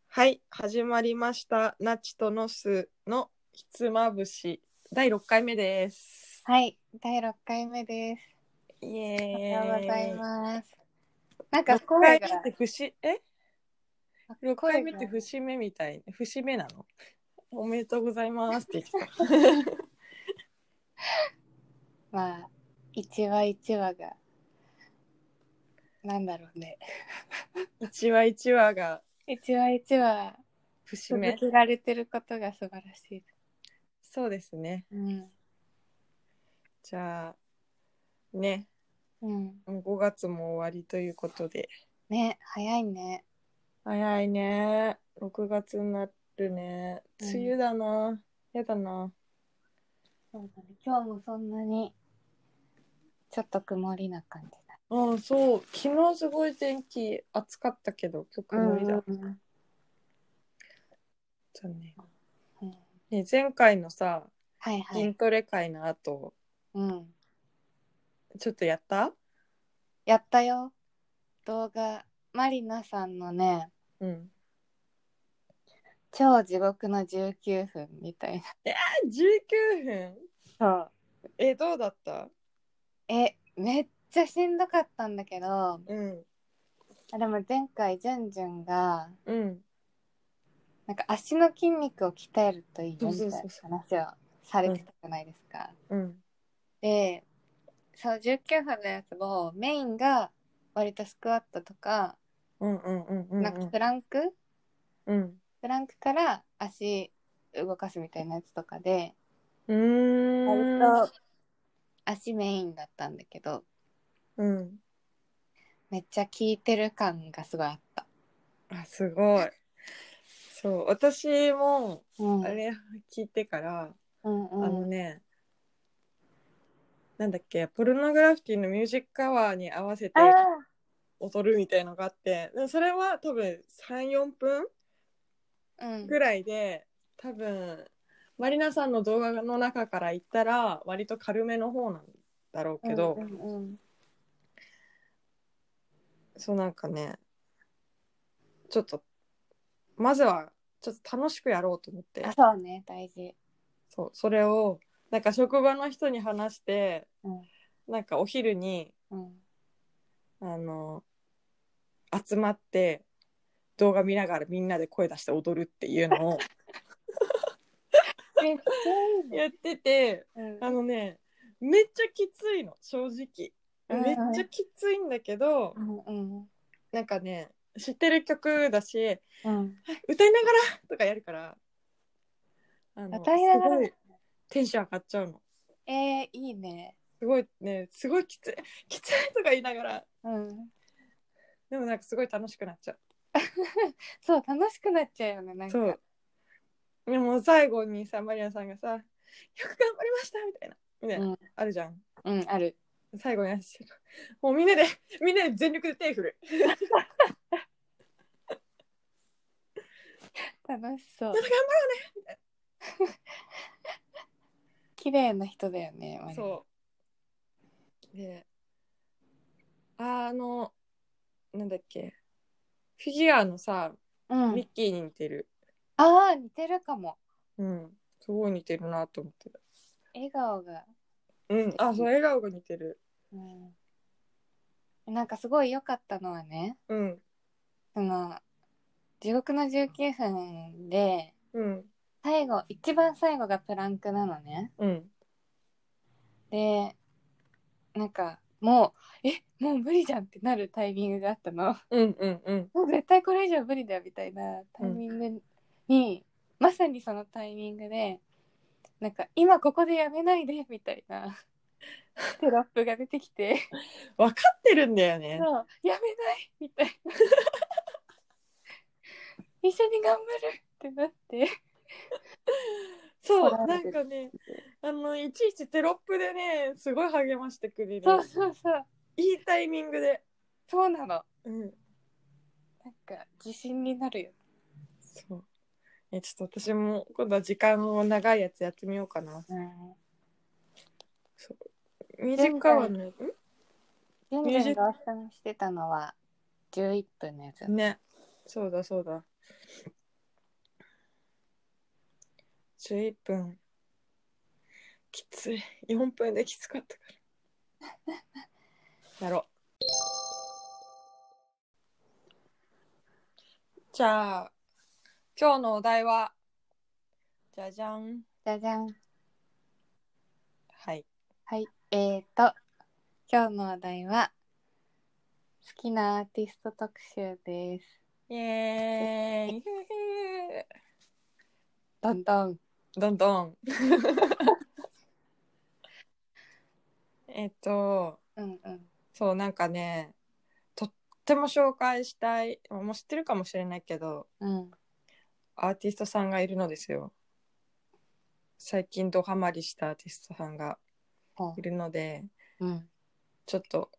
はい、始まりました。ナチとノスのひつまぶし第6回目です。 はい、第6回目です。 イおはようございエーイ。 ます。なんか 6回声が、 目って6回目って節目みたい。節目なの？おめでとうございますって言ってた。 まあ、一話一話が、なんだろうね。 一話一話が一話一話、続節目。 けられてることが素晴らしいです。 そうですね。 うん。 じゃあ、ね、 うん。 もう5月も終わりということで。 ね、早いね。 早いね。6月になるね。梅雨だな。やだな。 そうだね。今日もそんなに、ちょっと曇りな感じだ。 ああ、そう。昨日すごい天気暑かったけど、今日曇りだ。 うんそうね。 うん。 ね、前回のさ、 はいはい。 筋トレ会の後、 うん。 ちょっとやった？ やったよ。動画、マリナさんのね、 うん。 超地獄の19分みたいな。 19分？ そう。 どうだった？ めっちゃしんどかったんだけど、 うん。 でも前回ジュンジュンがうん。 なんか足の筋肉を鍛えるといいそうよみたいそうそうそな話をされう。うん。 てたじゃないですか。 うん。 で、その19分のやつもメインが割とスクワットとか、 うんうんうんうんうん。 なんかうん。 プランクから足動かすみたいなやつとかで、 う割ーん。 と足メインだったんだけど、 うん。 めっちゃ効いてる感がすごいあった。 あ、すごい。そう。私も、 うん。うんあれ聞いてから、あうん。 のね、なんだっけ、ポルノグラフィティのミュージックアワーに合わせてああ、 踊るみたいのがあって、でもそれは多分3、4分うん。 ぐらいで、多分、マリナさんの動画の中から言ったら、割と軽めの方なんだろううんうけど、 んうん。 そうなんかね、ちょっと、まずは、ちょっと楽しくやろうと思っあ、 て、 そうね、大事。 そう、それを、なんか職場の人に話して、 うん。 なんかお昼に、 うん。 あの、集まって、動画見ながらみんなで声出して踊るっていうのをめっちゃいいね。 やってて、 うん。 あのね、めっちゃきついの、正直。めっちゃうんきついんだけど、 うんうんなんかね、知ってる曲だし、 うん。 歌いながらとかやるから、 歌いながら。 すごいテンション上がっちゃうの。 いいね。 すごいね、すごいきつい、きついとか言いながら、 うん。 でもなんかすごい楽しくなっちゃう。 そう、楽しくなっちゃうよね、なんか。 そう。でも最後にさ、マリアさんがさ、よく頑張りましたみたいな。みたいな。 うん。 あるじゃん。 うん、ある。 最後にもうみんなで全力で手振る。 楽しそう。 頑張ろうね。 綺麗な人だよね、マリナ。 そう。で、あの、なんだっけ、フィギュアのさ、 うん。 ミッキーに似てる。 ああ、似てるかも。 うん。すごい似てるなと思ってた。 笑顔がうん。あ、そう、 素敵。 笑顔が似てる。 うん。なんかすごい良かったのはね、 うん。 その、地獄の19分で、 うん。 一番最後がプランクなのね。 うん。 で、もう無理じゃんってなるタイミングがあったの。 うん。うん。うん。 もう絶対これ以上無理だよみたいなタうん。 イミングに、まさにそのタイミングで、なんか今ここでやめないでみたいなテロップが出てきて、 分かってるんだよね。 そう、やめないみたいな。一緒に頑張るってなって、 そう、な来られる。 んかね、いちいちテロップでね、すごい励ましてくれそうる。 そうそう。 いいタイミングで。 そうなの。 うん。 なんか自信になるよ。 そう。ちょっと私も今度は時間を長いやつやってみようかな。 うん。 そう。短いわ現在、 ね。 現在ミュージッがおすすめしてたのは11分のやつだクね。そうだそうだ。 11分。きつい。4分できつかったから。やろう。じゃあ、今日のお題は、じゃじゃん。 じゃじゃん。 はい。 はい。今日のお題は、好きなアーティスト特集です。 イエーイ。 どんどん。 どんどん。 うんうん。 そう、なんかね、とっても紹介したい、もう知ってるかもしれないけど、 うん。 アーティストさんがいるのですよ。最近ドハマりしたアーティストさんがいるので、 うん。 ちょっと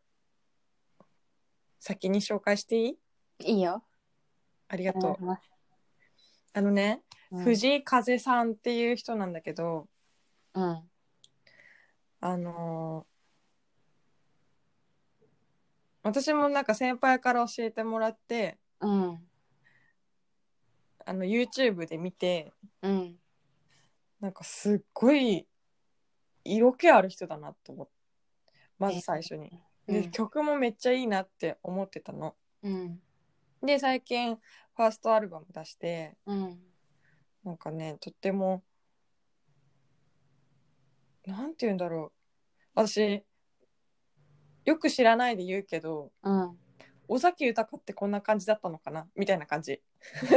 先に紹介していい？ いいよ。 ありがとう。 お願いします。 藤井風さんっていう人なんだけど、 うん。 あのー私もなんか先輩から教えてもらって、 うん。 YouTube で見て、 うん。 なんかすっごい色気ある人だなと思って、まず最初に。で、 うん。 曲もめっちゃいいなって思ってたの。 うん。 で、最近、ファーストアルバム出して、 うん。 なんかね、とっても、なんて言うんだろう。私、よく知らないで言うけど、 うん。 尾崎豊ってこんな感じだったのかなみたいな感じ。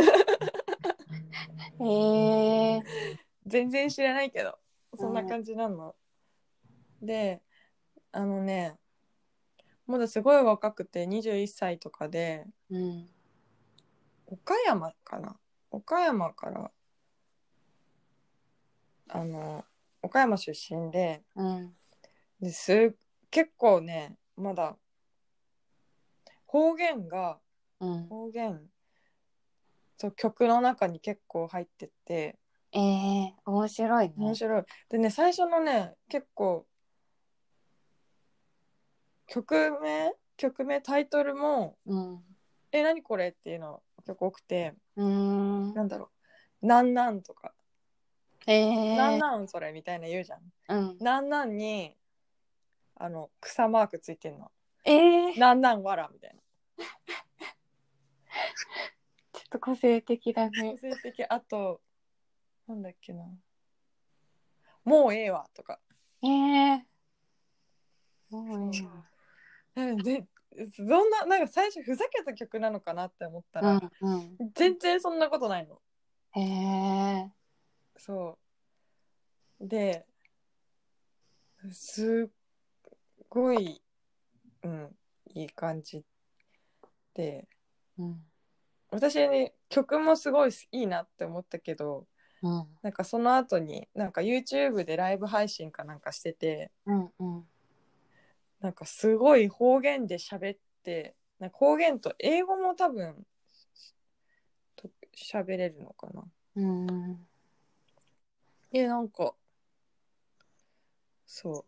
全然知らないけど、そんな感じなの。で、あのね、まだすごい若くて21歳とかで、 うん。 岡山かな岡山から、あの、岡山出身で、 うん。 結構ね、まだ方言が、 うん。 方言、そう、曲の中に結構入ってて、 面白いね。 面白い。でね、最初のね、結構、曲名、タイトルも、 うん。 何これっていうの結構多くて、 うーん。 なんだろう、なんなんとか、なんえー、 なんそれみたいな言うじゃん。 うん。 なんなんに、草マークついてんの。 えー、 なんなんわらみたいな。 ちょっと個性的だね。 個性的。あと、なんだっけな。もうええわとか。 もういいな。 で、そんな、なんか最初ふざけた曲なのかなって思ったら、 うん。 全然そんなことないの。 えー、 そう。で、すっごい、うん、いい感じで、 うん。 私に曲もすごいいいなって思ったけど、 うん。 なんかその後に、なんか YouTube でライブ配信かなんかしてて、 うん。うん。 なんかすごい方言で喋って、なんか方言と英語も多分喋れるのかな。 うん。 なんか、そう、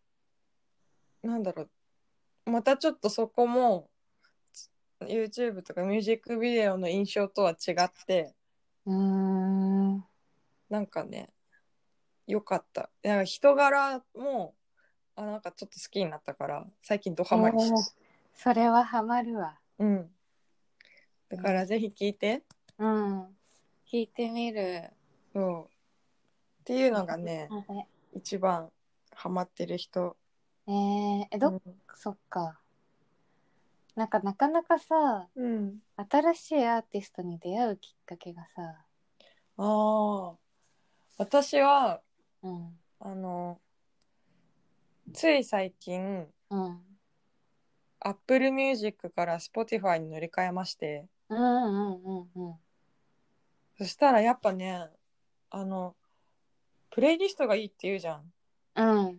なんだろう、またちょっとそこも YouTube とかミュージックビデオの印象とは違って、 うーん。 なんかね、良かった。なんか人柄も、なんかちょっと好きになったから、最近ドハマりして。 それはハマるわ。 うん。だからぜひ聞いて。 うん。聞いてみる。 そう。っていうのがね、 あれ。 一番ハマってる人。うん。 そっか。なんかなかなかさ、 うん。 新しいアーティストに出会うきっかけがさ、 ああ、私は、 うん。 あの、つい最近、 うん。 Apple Music から Spotify に乗り換えまして、 うんうんうんうん。 そしたらやっぱね、あの、プレイリストがいいって言うじゃん。 うん。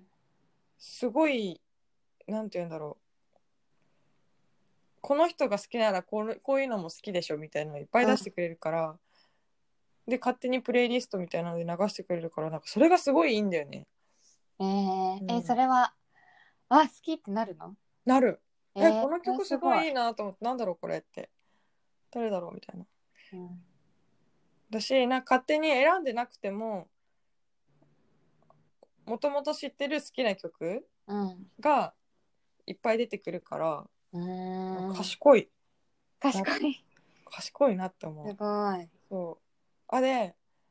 すごい、なんて言うんだろう。この人が好きならこういうのも好きでしょみたいなのいっぱい出してくれるから、で、勝手にプレイリストみたいなので流してくれるから、なんかそれがすごいいいんだよね。 それは、好きってなるの？ なる。この曲すすごい。 ごいいいなと思って、なんだろうこれって。誰だろうみたいな。 うん。 だし、勝手に選んでなくても、 もともと知ってる好きな曲うんがいっぱい出てくるから、 賢賢いい。 賢いなって思すう。 ごい。 そうで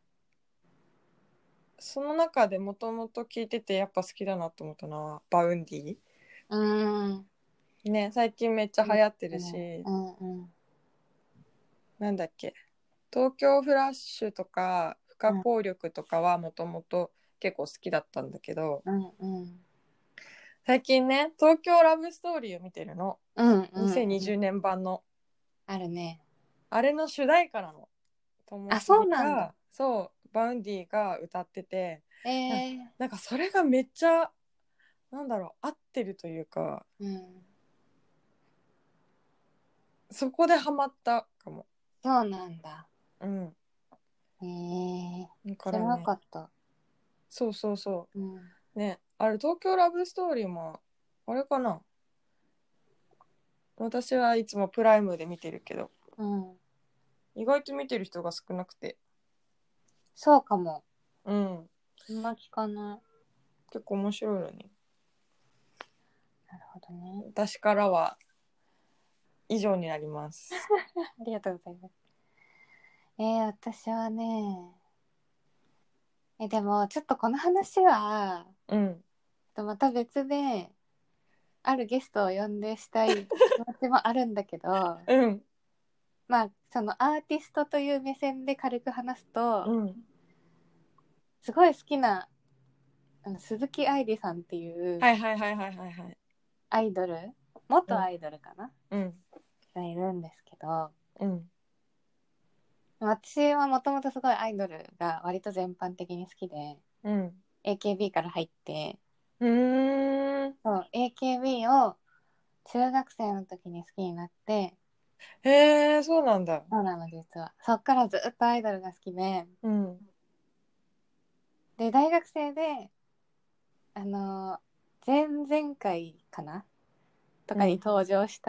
その中でもともと聞いててやっぱ好きだなと思ったのはバウンディね、最近めっちゃ流行ってるし、なんだっけ、東京フラッシュとか不可抗力とかはもともと結構好きだったんだけど、最近ね東京ラブストーリーを見てるの、2020年版のあるね。 あれの主題歌なの。ともしそうげなんだ。 がそうバウンディが歌ってて、 ー、 なんかそれがめっちゃなんだろう合ってるというか、そこでハマったかも。 そうなんだ。 うん。だか知らならね、 かった。 そうそうそう。ね、あれ東京ラブストーリーもあれかな。私はいつもプライムで見てるけど、意外と見てる人が少なくて。 そうかも。 うん。 あんま聞かない。 結構面白いのに。 なるほどね。 私からは以上になります。 ありがとうございます。私はね、でもちょっとこの話は、 うん。 また別で、あるゲストを呼んでしたい気持ちもあるんだけど、 うん。 まあ、そのアーティストという目線で軽く話すと、 うん。 すごい好きな鈴木愛理さんっていうはいはいはいはいはいはい。 アイドル、元アイドルかな、 うん。 がいるんですけど、 うん。 私はもともとすごいアイドルが割と全般的に好きで、 うん。 AKB から入って、 うーん。 そう AKB を中学生の時に好きになって、 へえ、そうなんだ。 そうなの実は。そっからずっとアイドルが好きで、 うん。 で大学生であの前々回かなとかに登場した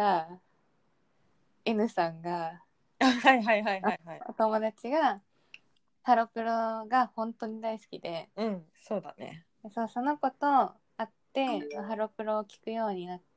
N さんが、 はいはいはいはいはい。 お友達がハロプロが本当に大好きで、 うん、そうだね。 その子と会ってハロプロを聴くようになって、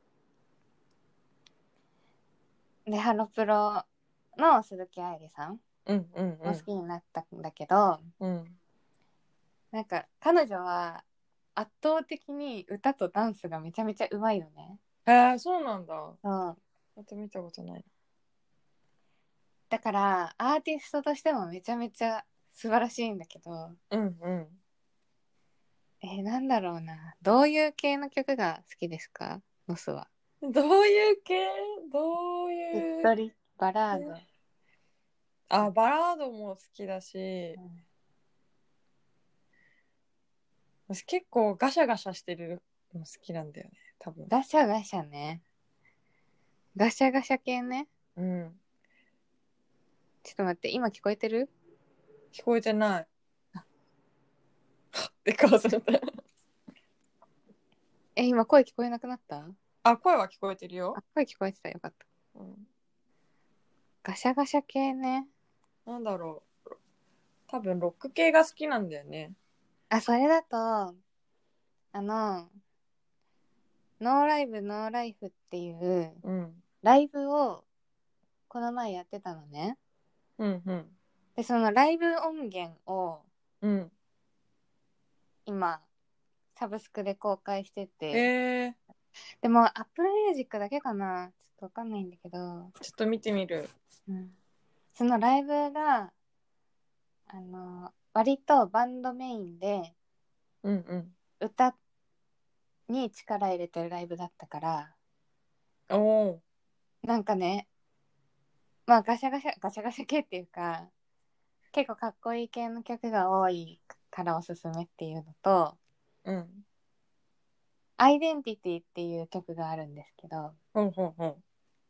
でハロプロの鈴木愛理さんうんうんうも好ん。 きになったんだけど、 うん。 なんか彼女は圧倒的に歌とダンスがめちゃめちゃうまいのね。 へえ、そうなんだ。 そうまた見たことない。 だからアーティストとしてもめちゃめちゃ素晴らしいんだけど、 うんうん。 なんだろうな、どういう系の曲が好きですか、ノスは。 どういう系？どうしっいうとりバラード、 バラードも好きだし、私結構ガシャガシャしてるの好きなんだよね、多分。 ガシャガシャね、ガシャガシャ系ね。 うん。 ちょっと待って、今聞こえてる？ 聞こえてない。って顔する。 今声聞こえなくなった？ 声は聞こえてるよ。 声聞こえてた、よかった。 うん。 ガシャガシャ系ね。 なんだろう。多分ロック系が好きなんだよね。 それだと、ノーライブノーライフっていううん。 ライブをこの前やってたのね。 うんうん。 で、そのライブ音源をうん。 今、サブスクで公開してて、 えでも Apple Music だけかな、ちょっとわかんないんだけど、 ちょっと見てみる。 そのライブが、割とバンドメインでうんうん。 歌に力入れてるライブだったから、 おお。 なんかね、まあガシャガシャ、ガシャガシャ系っていうか、結構かっこいい系の曲が多いからおすすめっていうのと、 うん。 アイデンティティっていう曲があるんですけど、 ほうほうほ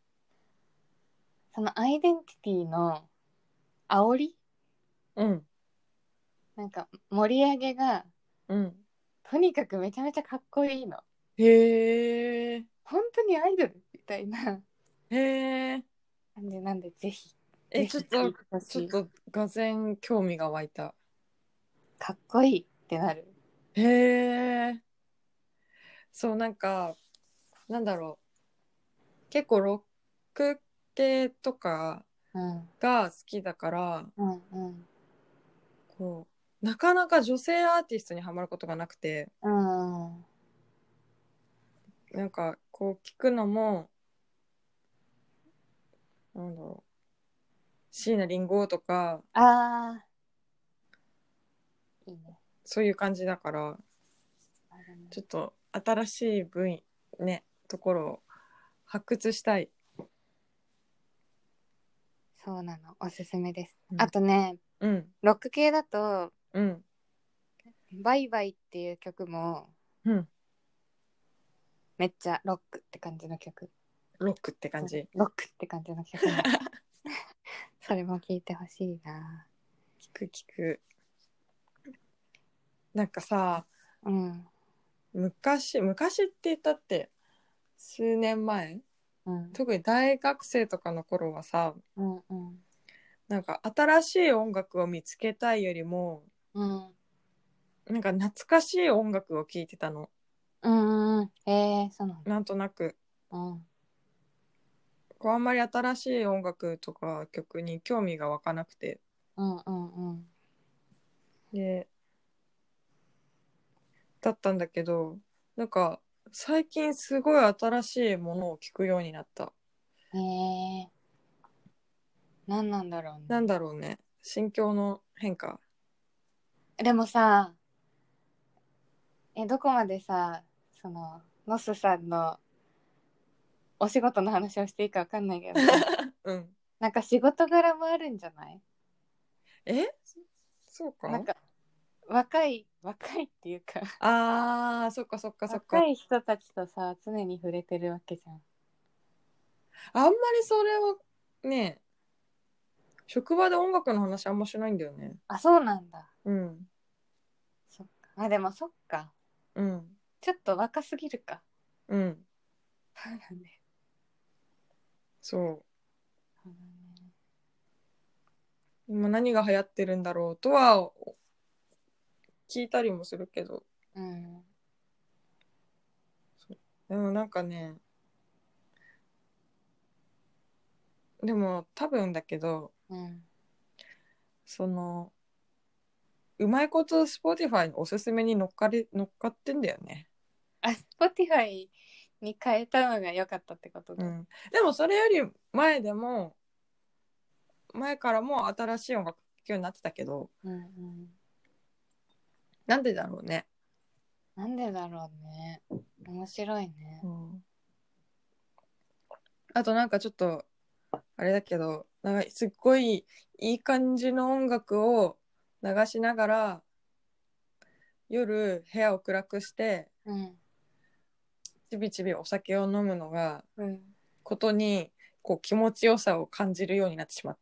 そのアイデンティティの煽り、 う。うん。 なんか盛り上げがうん。 とにかくめちゃめちゃかっこいいの。 へえ。 本当にアイドルみたいなへえ。 感じなんで、ぜひぜひちょっと、 聴いてほしい。 がぜ興味が湧いた。 かっこいいってなる。 へえ。そう、なんか、なんだろう。結構ロック系とかうんが好きだから、 うんうんこなかなか女性アーティストにはまることがなくて、 うんなんかこう聞くのも、なんだろう、椎名林檎とか、 あーいいね。 そういう感じだから、 あるね。 ちょっと新しいところを発掘したい。 そうなの、おすすめです。 うん。 あとね、 うん。 ロック系だとうん。 バイバイっていう曲もうん。 めっちゃロックって感じの曲。 ロックって感じ。 ロックって感じの曲なの。それも聞いてほしいな。 聞く聞く。なんかさ、 うん昔って言ったって数年前、 うん特に大学生とかの頃はさ、 うんうんなんか新しい音楽を見つけたいよりも、 うんなんか懐かしい音楽を聴いてたの。 うんそうなの。 なんとなく。 うんこうあんまり新しい音楽とか曲に興味が湧かなくて。 うんうんうんで、だったんだけど、なんか最近すごい新しいものを聴くようになった。 へえ、何なんだろうなんね。 だろうね。心境の変化。 でもさ、どこまでさ、ノスさんのお仕事の話をしていいかわかんないけどさ、 うん。 なんか仕事柄もあるんじゃない？ え、そうか。 なんか若いっていうかあー、そっかそっかそっか。 若い人たちとさ、常に触れてるわけじゃん。 あんまりそれはね、職場で音楽の話あんましないんだよね。 あ、そうなんだ。 うん。 そっか。あ、でもそっか。 うん。 ちょっと若すぎるか。 うん。 そうだね。 そそうだね。 う。今何が流行ってるんだろうとは聞いたりもするけど。 うん。 でもなんかね、でも多分だけど、 うん。 その、うまいこと Spotify のおすすめに乗っかってんだよね。 あ、Spotify に変えたのが良かったってことだ。 うん。でもそれより前からも新しい音楽聴くようになってたけど、 うんうん。 なんでだろうね。 なんでだろうね。面白いね。 うん。あとなんかちょっと、あれだけど、なんかすっごいいい感じの音楽を流しながら、夜部屋を暗くしてうん。 ちびちびお酒を飲むのがうん。 ことにこう気持ちよさを感じるようになってしまった。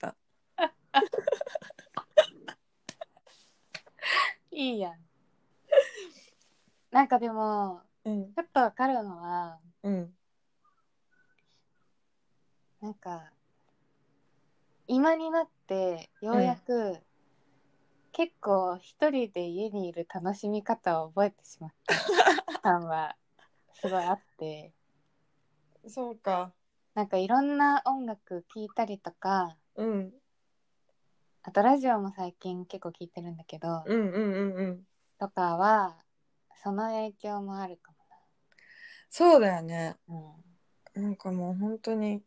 いいやん。なんかでも、 うん。 ちょっとわかるのは、 うん。 なんか、今になってようやく、結構一人で家にいる楽しみ方を覚えてしまった感はすごいあって、 そうか。 なんかいろんな音楽聴いたりとか、 うん。 あとラジオも最近結構聴いてるんだけど、 うんうんうんうん。 とかは、その影響もあるかそうだよね。 もなんかもう本当に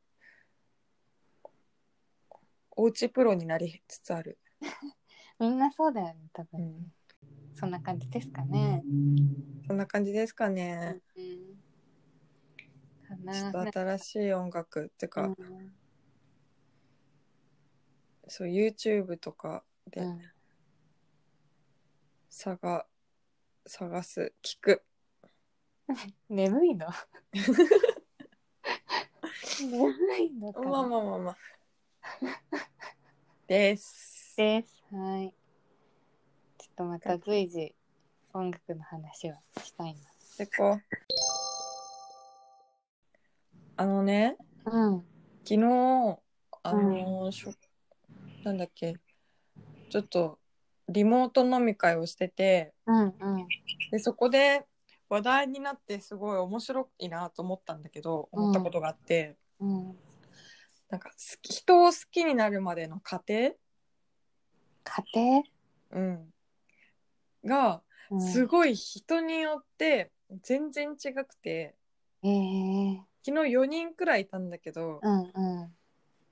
おうちプロになりつつある。 みんなそうだよね、多分ね。 うん。 そんな感じですかね。 そんな感じですかうね。 ん。かちな。 ょっと新しい音楽ってか、 うん。 そう YouTube とかでうん。 探聞く。 眠いの眠いのかまあなまあまあまあ。です。 です。はい。ちょっとまた随時音楽の話をしたいでこうあのね、 な。うん。 昨日、あうん。 のーしょなんだっけ、ちょっとリモート飲み会をしてて、 うんうん。 でそこで話題になってすごい面白いなと思ったんだけど、思ったことがあって、 うん。 なんか人を好きになるまでの過程、 家庭？ がうん。 すごい人によって全然違くて、昨日4人くらいいたんだけど、 うんうん。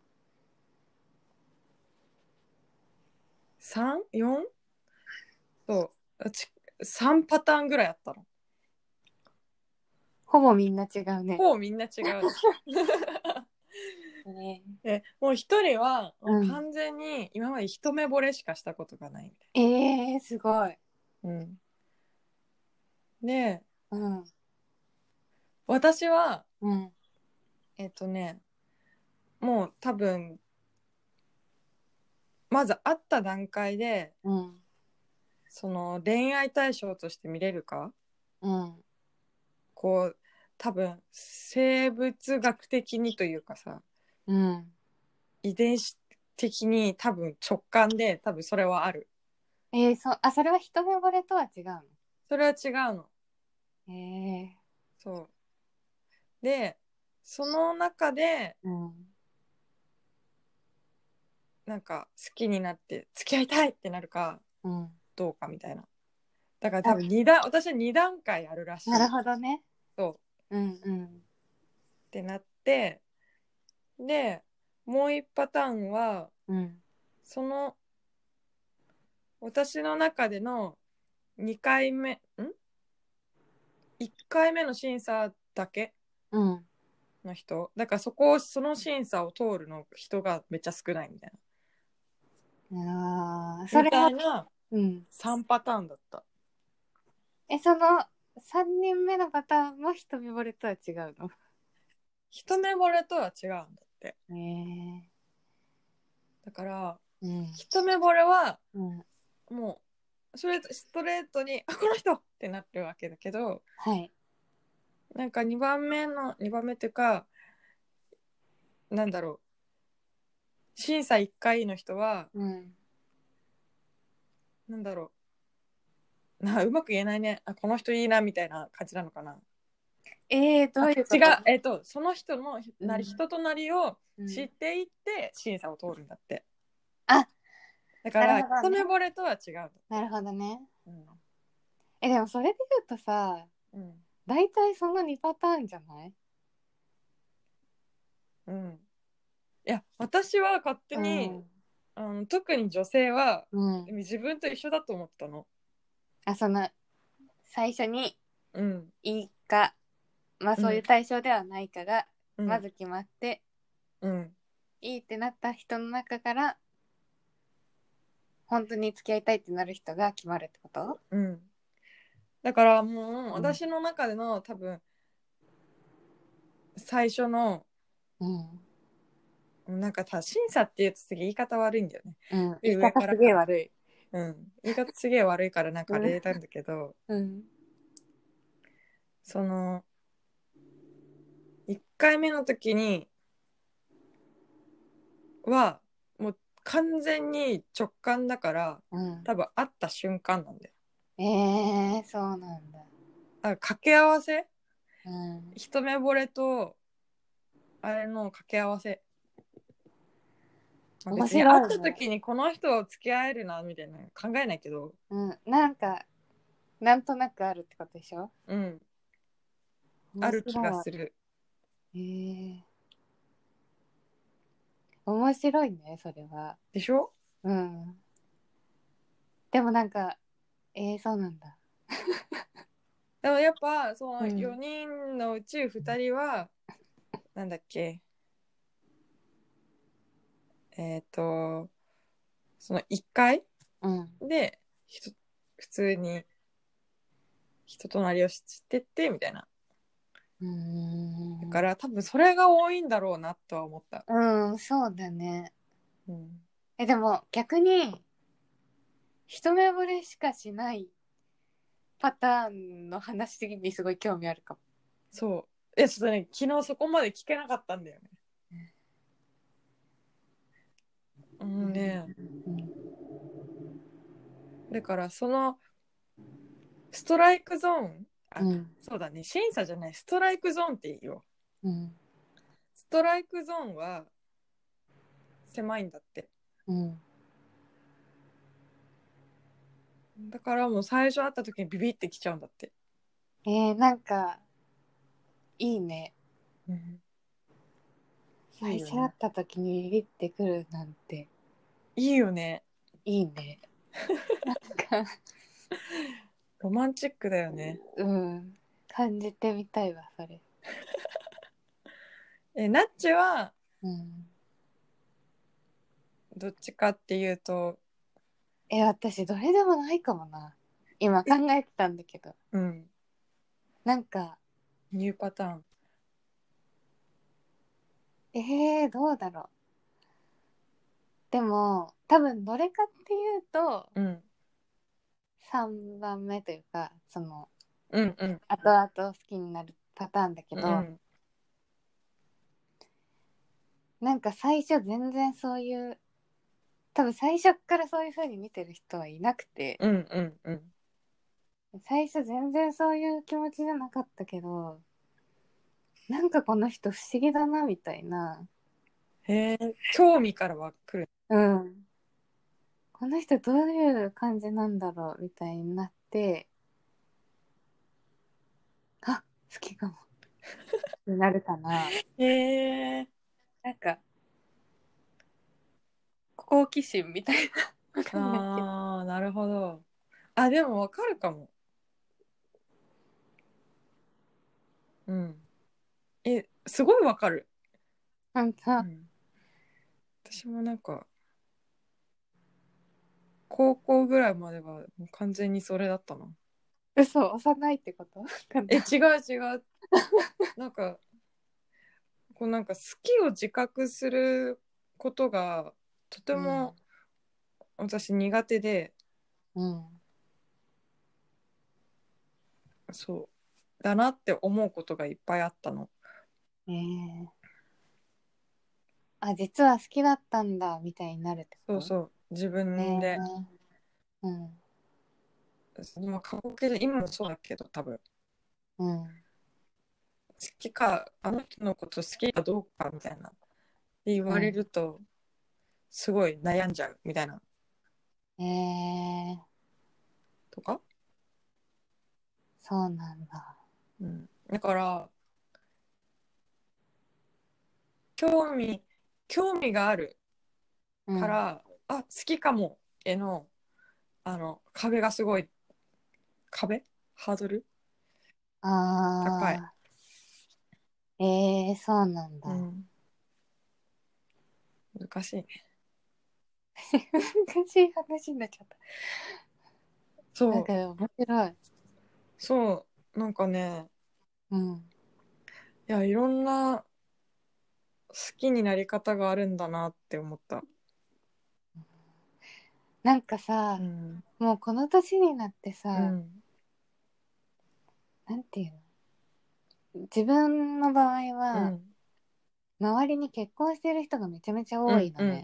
3?4? そう3パターンぐらいあったの。 ほぼみんな違うね。 ほぼみんな違うの。でもう一人はもう完全に今まで一目惚れしかしたことがないみたいすごい。 な。で、 うん。 私はうん。 もう多分まず会った段階でうん。 その恋愛対象として見れるか、 うん。 こう多分生物学的にというかさ、 うん。 遺伝子的に多分直感で多分それはある。 それは一目惚れとは違うの？ それは違うの。そうで、その中でうん。 なんか好きになって付き合いたいってなるかうん。 どうかみたいな。だから多分私は2段階あるらしい。 なるほどね。 そううんうん。 ってなって、でもう一パターンはうん。 その私の中での2回目1回目の審査だけうん。 の人だから、その審査を通るの人がめっちゃ少ないみたいなみそれは、 たいなうん。 3パターンだった。 その3人目のパターンも一目惚れとは違うの？ 一目惚れとは違うんだって。だから、 うん。 一目惚れはうん。 もうそれストレートにこの人ってなってるわけだけど、 はい。 なんか2番目っていうか、なんだろう、審査1回の人は、 うん。 なんだろうまく言えないね。この人いいなみたいな感じなのかな。 どういうこ違と？ う、その人の人となりを知っていって審査を通るんだって。 あ、 だからなるほどね。 一目惚れとは違う。 なるほどね。 うん、 でもそれで言うとさ、大体その2パターンじゃない？ いや、私は勝手に、特に女性は、自分と一緒だと思ったの。 その最初にいいか、 うん、 そういう対象ではないかがまず決まって、いいってなった人の中から本当に付き合いたいってなる人が決まるってこと？ だからもう私の中での多分最初の、なんか審査って言うと次言い方悪いんだよね。 言い方すげえ悪い。 言い方すげえ悪いからなんかあれなんだけど、その1回目の時にはもう完全に直感だから、多分会った瞬間なんだよ。 そうなんだ。 掛け合わせ、一目惚れとあれの掛け合わせ。別に会った時にこの人を付き合えるなみたいな考えないけど、 なんかなんとなくあるってことでしょ？ ある気がする。 面白いね、それは。 でしょ？ でもなんかそうなんだ。 でもやっぱその4人のうち2人は、なんだっけ、その1回で普通に人となりを知ってってみたいな。だから多分それが多いんだろうなとは思った。 そうだね。でも逆に一目惚れしかしないパターンの話的にすごい興味あるかも。 そう。ちょっとね、昨日そこまで聞けなかったんだよね。 だからそのストライクゾーン、そうだね、審査じゃない、ストライクゾーンっていいよ。ストライクゾーンは狭いんだって。だからもう最初会った時にビビってきちゃうんだって。 なんかいいね。最初会った時にビビってくるなんていいよね。 いいね。なんかロマンチックだよね。 感じてみたいわそれ。 ナッチはうんどっちかっていうと、 私どれでもないかもな。今考えてたんだけど、なんかニューパターン。 どうだろう。でも多分どれかっていうと、3番目というか、その後々好きになるパターンだけど、なんか最初全然そういう、多分最初からそういう風に見てる人はいなくて、最初全然そういう気持ちじゃなかったけど、なんかこの人不思議だなみたいな。 へえ、興味からは来る。 この人どういう感じなんだろうみたいになって、あ、好きかもってなるかな。 へえ。 なんか好奇心みたいな。わかんないけど。 ああ、なるほど。あ、でもわかるかも。すごいわかる。 なんか、 私もなんか高校ぐらいまではもう完全にそれだったな。 嘘、幼いってこと？ 違う違う。なんかこうなんか好きを自覚することがとても私苦手で、そうだなって思うことがいっぱいあったの。 あ、実は好きだったんだみたいになるってこと？ そうそう、自分で。まあ過去形で今もそうだけど、多分好きか、あの人のこと好きかどうかみたいなって言われると、すごい悩んじゃうみたいな。とか、 そうなんだ。 だから興味があるから、好きかもへの壁がすごい、ハードル高い。 そうなんだ。 難しいね。 難しい話になっちゃった。なんか面白い。 なんかね、 うん。 いや、いろんな好きになり方があるんだなって思った。 なんかさ、もうこの年になってさ、なんていうの、自分の場合は、周りに結婚してる人がめちゃめちゃ多いのね。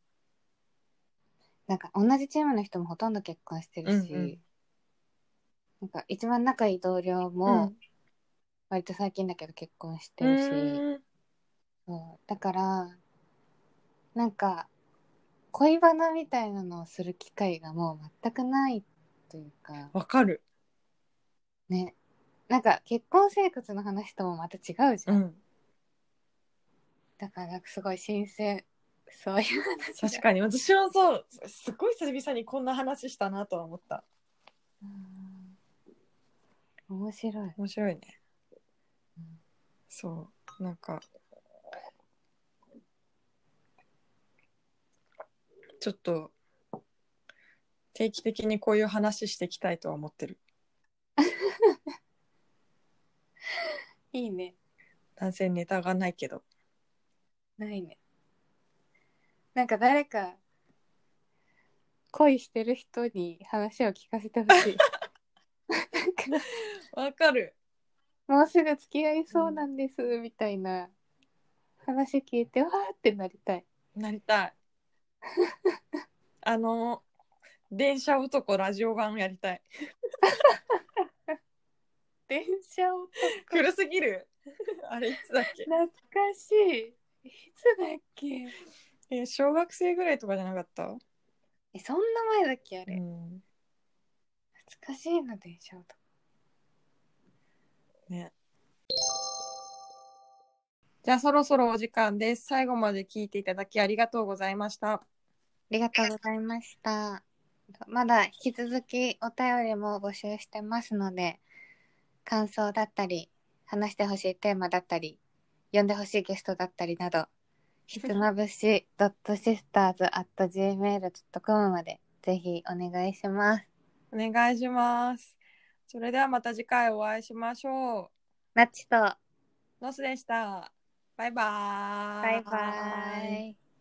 なんか同じチームの人もほとんど結婚してるし、なんか一番仲いい同僚も割と最近だけど結婚してるし、そうだからなんか恋バナみたいなのをする機会がもう全くないというか。 わかる。 ね。なんか結婚生活の話ともまた違うじゃん。だからすごい新鮮。そういう話が。 確かに私もそう、すごい久々にこんな話したなとは思った。 面白い。 面白いね。そう、なんかちょっと定期的にこういう話していきたいとは思ってる。 いいね。 男性ネタがないけど。 ないね。なんか誰か恋してる人に話を聞かせてほしい。 わかる。 もうすぐ付き合いそうなんです、みたいな話聞いてわーってなりたい。 なりたい。 電車男ラジオ版やりたい。 電車男。 古すぎる。あれいつだっけ。 懐かしい。いつだっけ。 小学生ぐらいとかじゃなかった？ そんな前だっけあれ。 うん懐かしいな、電車男。 ね。じゃあそろそろお時間です。最後まで聞いていただきありがとうございました。 ありがとうございました。まだ引き続きお便りも募集してますので、感想だったり、話してほしいテーマだったり、呼んでほしいゲストだったりなど、ひつまぶし .sisters@gmail.com までぜひお願いします。 お願いします。それではまた次回お会いしましょう。 ナッチとノスでした。バイバーイ。 バイバーイ。